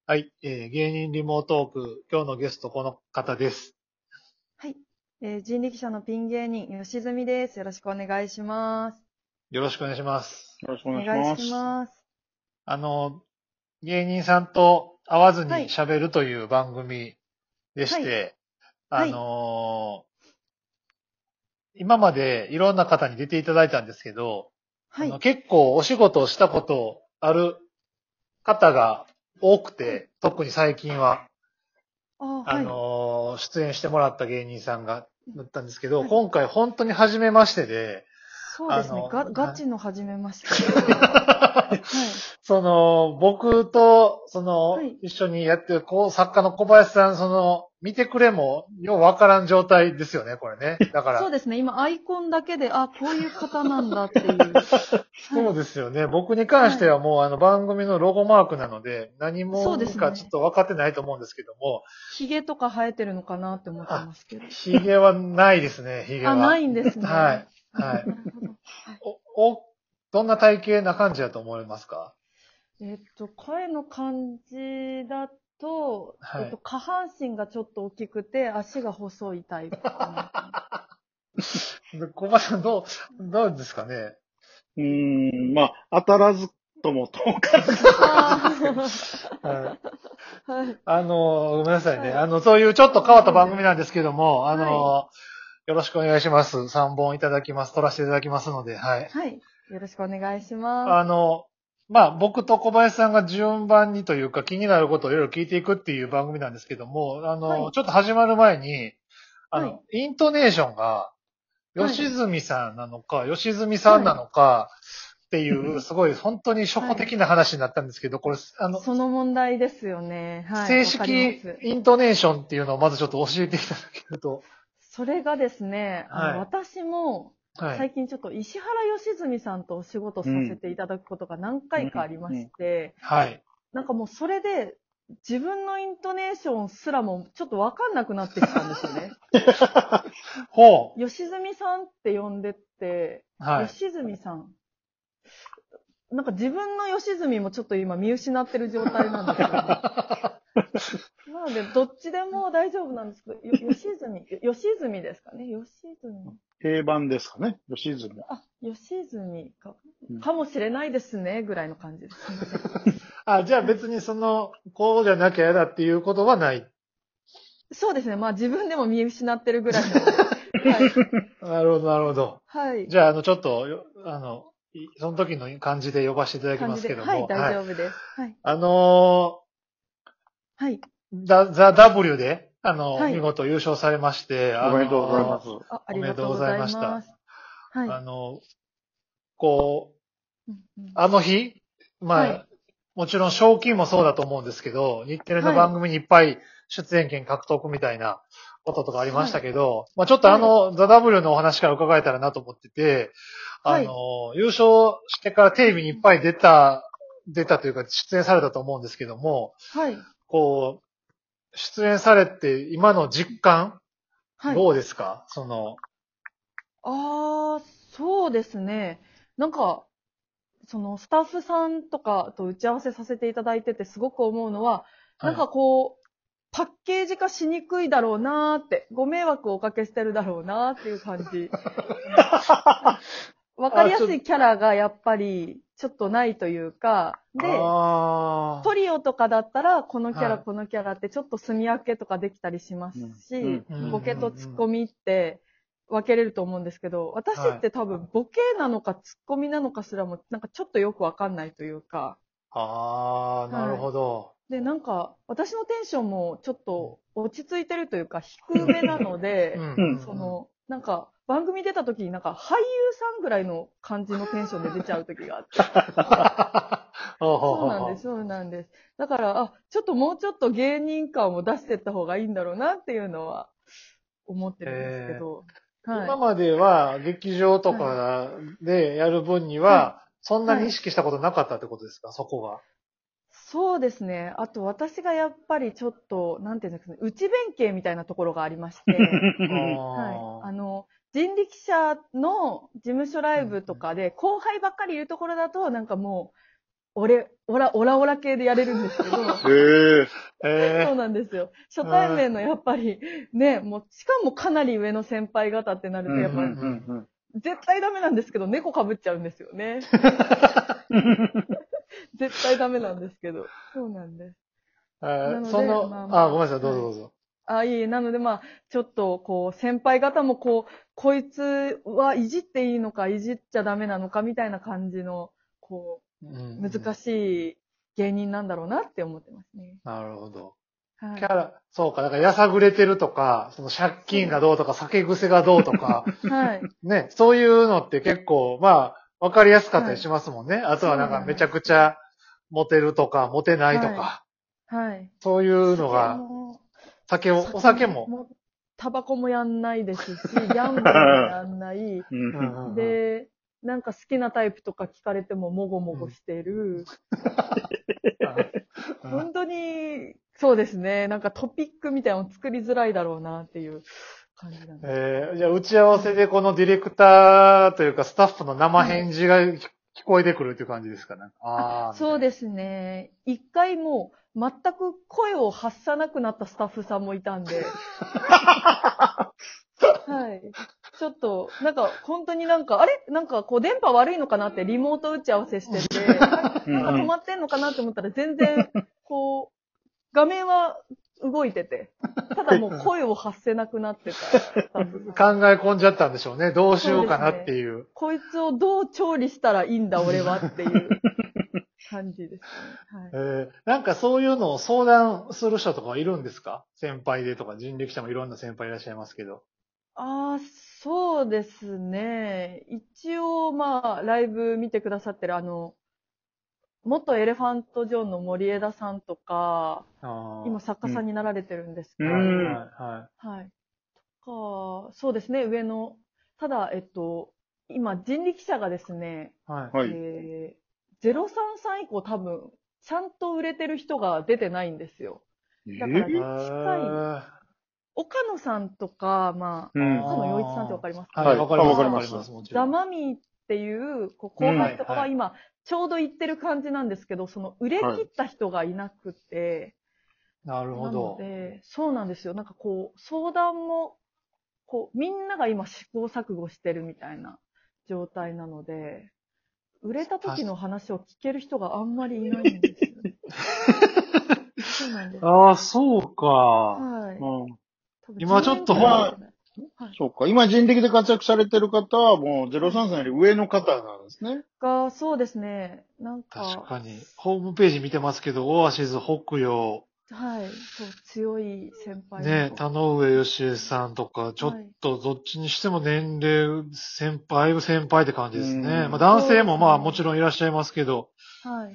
はい、芸人リモートーク、今日のゲストこの方です。 はい。人力車のピン芸人、吉住です。よろしくお願いします。 よろしくお願いします。 よろしくお願いしお願いします。 ます。 あの、芸人さんと会わずにはい。 喋るという番組でしはい。 て、 はい。 今までいろんな方に出ていただいたんですけど、 はい。 結構お仕事をしたことある方が多くはい。 て、特に最近は、 はい。 出演してもらった芸人さんがだったんですけど、 はい。 今回本当に初めましてで、 そうですね。ガはい。 チの初めましてですね。はい。 僕と、 はい。 一緒にやってる、作家の小林さん、見てくれも、ようわからん状態ですよね、これね。だから。 そうですね。今、アイコンだけで、こういう方なんだっていう。はそうい。 ですよね。僕に関しはい。 てはもう番組のロゴマークなので、何そうで者かちょっすね。 と分かってないと思うんですけども、 髭とか生えてるのかなって思ってあ、 ますけど。 髭はないですね、髭なは。 いんですね。 はい。はい。 なるほど。はい。 どんな体型な感じだと思いますか？ 声の感じだと、 はい。 下半身がちょっと大きくて、足が細いタイプかなと思う。 で小林さん、どうですかね？ まあ、当たらずとも遠からずって感じですけど。 はい。 はい。 ごめんなさいね。 はい。 そういうちょっと変わった全然。 番組なんですけども、 はい。 よろしくお願いします。3本いただきます。撮らせていただきますので、はい。 はい。よろしくお願いします。 あの、僕と小林さんが順番にというか気になることをいろいろ聞いていくっていう番組なんですけども、 はい。 ちょっと始まる前に、 はい。 イントネーションが、 はい。 吉住さんなのか、吉住さんなはい。 のか、っていう、すごい本当に初歩はい。 的な話になったんですけど、これ、 その問題ですよね。はい。 正わかりま式す。 イントネーションっていうのをまずちょっと教えていただけると。 それがですね、 はい。 私も、 はい。 最近ちょっと石原良純さんとお仕事させうん。 ていただくことが何回かあうん。 りましうん。 て、 はい。 なんかもうそれで自分のイントネーションすらもちょっとわかんなくなってきたんですよね。 ほ吉住さんって呼んでって、 う。はい。 吉住さん。なんか自分の吉住もちょっと今見失ってる状態なんですよね。なので、どっちでも大丈夫なんですけど、吉住ですかね。吉住。 定番ですかね、吉住。 吉住か、 うん。 かもしれないですね、ぐらいの感じです。すいません。 じゃあはい。 別にこうじゃなきゃ嫌だっていうことはない。 そうですね。まあ自分でも見失ってるぐらいなので。はい。 なるほど、なるほど。 はい。 じゃあ、ちょっと、その時の感じで呼ばせていただきま感じで。はい、 すけども、 大はい。 丈夫です。はい。 あのはい。 ザ・ W で、見はい。 事優勝されまして、 おめでとうごはい。 ざいます。 あおりがとうござめでとうございました。 います。はい。 あの、こう、 うんうん、 あの日、 はい。 もちろん賞金もそうだと思うんですけど、日テレのはい。 番組にいっぱい出演権獲得みたいなこととかありましたはい。 けど、ちょっとはい。 ザ・ W のお話から伺えたらなと思ってて、 はい。 優勝してからテレビにいっぱい出たというか出演されたと思うんですけども、 はい。 こ出演されて今の実感、 はい。 どうですか？ そうですね。なんか、そのスタッフさんとかと打ち合わせさせていただいててすごく思うのは、なんはい。 かこう、パッケージ化しにくいだろうなーって、ご迷惑をおかけしてるだろうなーっていう感じ。なんかわかりやちょっと、 すいキャラがやっぱりちょっとないというか、で、トリオとかだったら、このキャラ、 はい。 このキャラってちょっと住み分けとかできたりしますうん。うし、 ん。 うん、うん、ううん。 ボケとツッコん。 ミって分けれると思うんですけど、私はい。 って多分ボケなのかツッコミなのかすらもなんかちょっとよくわかんないというか、 なるはい。 ほど。 で、なんか私のテンションもちょっと落ち着いてるというか低めなのうん、うで、 ん、 うん。 うん。 なんか番組出た時になんか俳優さんぐらいの感じのテンションで出ちゃう時があって、 ほうほうほうほそうなんです、そうなんです。だから、ちょっともうちょっと芸人感を出していった方がいいんだろうなっていうのは思ってう。 るんですけど。はい。 今までは劇場とはい。 かでやる分にはい。 は、そんなに意はい。 識したことなかったってことですか、そこが？ そうですね。あと私がやっぱりちょっと、なんていうんですかね、内弁慶みたいなところがありまして、 あはい。 あ、 人力車の事務所ライうん、 ブとかで後輩ばっかりいるところだと、なんかもう、 オラオラ系でやれるんですけど、 へそうなんですよ。初対面のやっぱり、ね、もう、しかもかなり上の先輩方ってなると、やっぱり、絶対ダメなんですけど、猫被っちゃうんですよね。絶対ダメなんですけど。そうなんです。なのでその、 まあまあごめんなさい、どうぞどうぞ。 いいえ、なのでまあ、ちょっと、こう、先輩方もこいつはいじっていいのか、いじっちゃダメなのか、みたいな感じの、難しい。 しい芸人なんだろうなって思ってますね。 なるほど。 はい。 そうか、だからやさぐれてるとか、その借金がどうとか、酒癖がどうとか、 はい。 ね、そういうのって結構、まあ、わかりやすかったりしますもんね。あとはなんかめちゃくちゃモテるとか、モテないとか、 はい。 そういうのが、お酒も。 タバコもやんないですし、ギャンブルもやんない。で、なんか好きなタイプとか聞かれてももごもごしてる。本当に、そうですね。なんかトピックみたいなの作りづらいだろうなっていう感じなんです。 じゃあ打ち合わせでこのディレクターというかスタッフの生返事が聞こえてくるっていう感じですかね。 そうですね。一回もう全く声を発さなくなったスタッフさんもいたんで。はい。ちょっと、なんか、本当になんか、あれなんか、電波悪いのかなってリモート打ち合わせしてて、なんか止まってんのかなって思ったら全然、画面は動いてて、ただもう声を発せなくなってた。 考え込んじゃったんでしょうね。どうしようかなっていう。 こいつをどう調理したらいいんだ、俺はっていう感じですね。はい。 なんかそういうのを相談する人とかいるんですか？先輩でとか、人力車もいろんな先輩いらっしゃいますけど。 そうですね。一応、まあ、ライブ見てくださってる、元エレファントジョーンの森枝さんとか、今作家さんになられてるんですけど、はい。とか、そうですね、上の、ただ、今、人力車がですね、03さん以降多分、ちゃんと売れてる人が出てないんですよ。だから、近い。岡野さんとか、まあ、岡野陽一さんってわかりますか？ はい、わかります。 ザ・マミーっていう、後輩とかは今、ちょうど行ってる感じなんですけど、その売れ切った人がいなくて、 なるほど。 なので、そうなんですよ。なんか相談も、みんなが今試行錯誤してるみたいな状態なので、売れた時の話を聞ける人があんまりいないんですよね。そうなんです。 そうか。 はい。 今ちょっとそうか。今人力で活躍されてる方はもう03さんより上の方なんですね。 そうですね。なんか。 確かに。ホームページ見てますけど、オアシズ北洋。 はい。そう、強い先輩。 ね、田上義恵さんとか、ちょっとどっちにしても年齢先輩って感じですね。まあ男性もまあもちろんいらっしゃいますけど。 はい。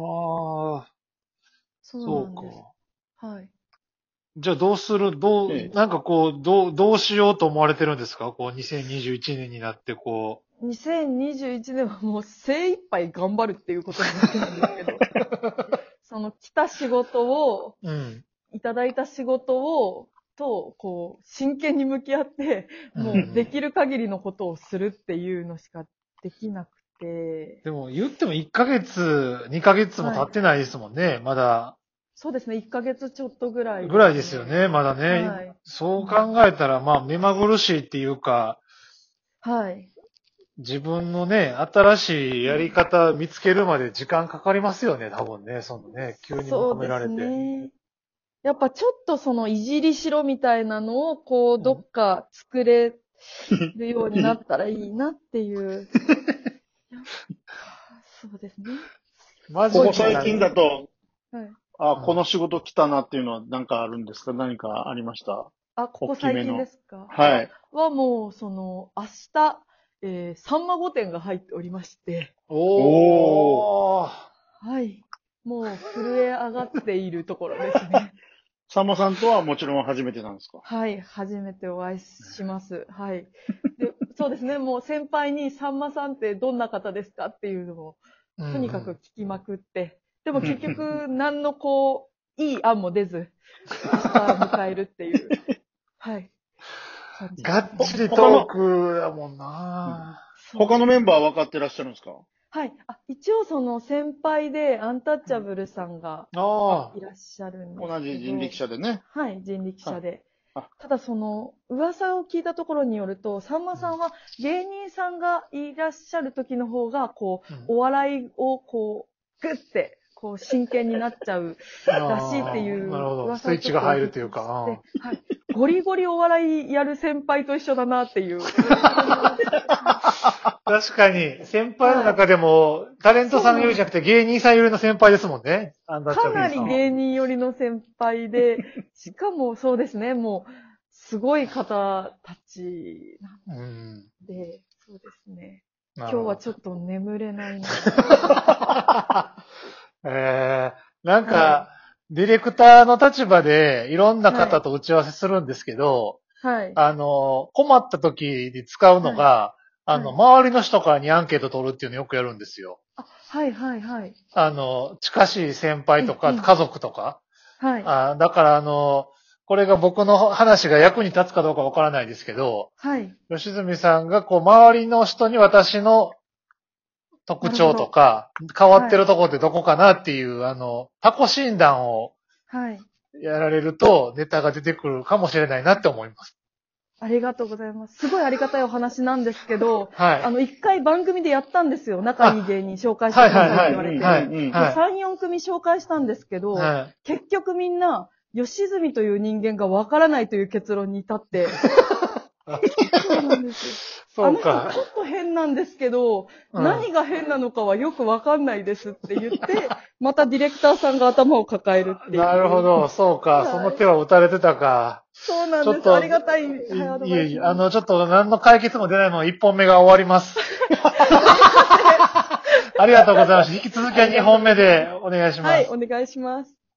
そうか。はい。 じゃあどうするなんかどうしようと思われてるんですか2021年になって 2021年はもう精一杯頑張るっていうことになってるんですけど。その来た仕事を、いただいた仕事と、真剣に向き合って、もうできる限りのことをするっていうのしかできなくて。 でも言っても1ヶ月、2ヶ月も経ってないですもんね、まだ。 そうですね、1ヶ月ちょっとぐらい、 ぐらいですよね、まだね。そう考えたら、まあ目まぐるしいっていうか、 はい。 自分のね、新しいやり方見つけるまで時間かかりますよね、多分ね、急に求められて。 そうですね。やっぱちょっとそのいじりしろみたいなのを、どっか作れるようになったらいいなっていう。そうですね。 ここ最近だと、この仕事来たなっていうのは何かあるんですか？何かありました？ ここ最近ですか？ はい。 もう、明日、さんま御殿が入っておりまして。 はい。 もう震え上がっているところですね。 さんまさんとはもちろん初めてなんですか？ はい、初めてお会いします。はい。で、そうですね、もう先輩にさんまさんってどんな方ですかっていうのを、とにかく聞きまくって、でも結局、何のいい案も出ず、明日迎えるっていう。はい。 がっちりトークだもんな。 他のメンバーは分かってらっしゃるんですか？ はい。一応その先輩でアンタッチャブルさんがいらっしゃるんですけど。 同じ人力車でね。 はい、人力車で。 あただその噂を聞いたところによると、さんまさんは芸人さんがいらっしゃる時の方が、こう、お笑いをこう、グッて、こう、真剣になっちゃうらしいっていうなるほど。 噂スイッチが入るというか。 はい。ゴリゴリお笑いやる先輩と一緒だなっていう。 確かに、先輩の中でも、タレントさんよりじゃなくて芸人さんよりの先輩ですもんね。 かなり芸人よりの先輩で、しかもそうですね、もう、すごい方たちなんで、そうですね。今日はちょっと眠れないな。 なんか、ディレクターの立場でいろんな方と打ち合わせするんですけど、 はい。 困った時に使うのが、周りの人からにアンケート取るっていうのをよくやるんですよ。 はいはいはい。 近しい先輩とか家族とか。 はい。 だからこれが僕の話が役に立つかどうかわからないですけど、 はい。 吉住さんがこう周りの人に私の特徴とか、変わってるところってどこかなっていう、タコ診断をやられるとネタが出てくるかもしれないなって思います。 ありがとうございます。すごいありがたいお話なんですけど、 はい。 一回番組でやったんですよ。仲いい芸人紹介してくださいって言われて。 はい。 3、4組紹介したんですけど、結局みんな、吉住という人間がわからないという結論に至って、そうなんですよ。 そうか。 ちょっと変なんですけど、何が変なのかはよくわかんないですって言って、またディレクターさんが頭を抱えるっていう。 なるほど、そうか。その手は打たれてたか。 そうなんです。ありがたい。 ちょっと何の解決も出ないまま1本目が終わります。ありがとうございました。引き続きは2本目でお願いします。 はい、お願いします。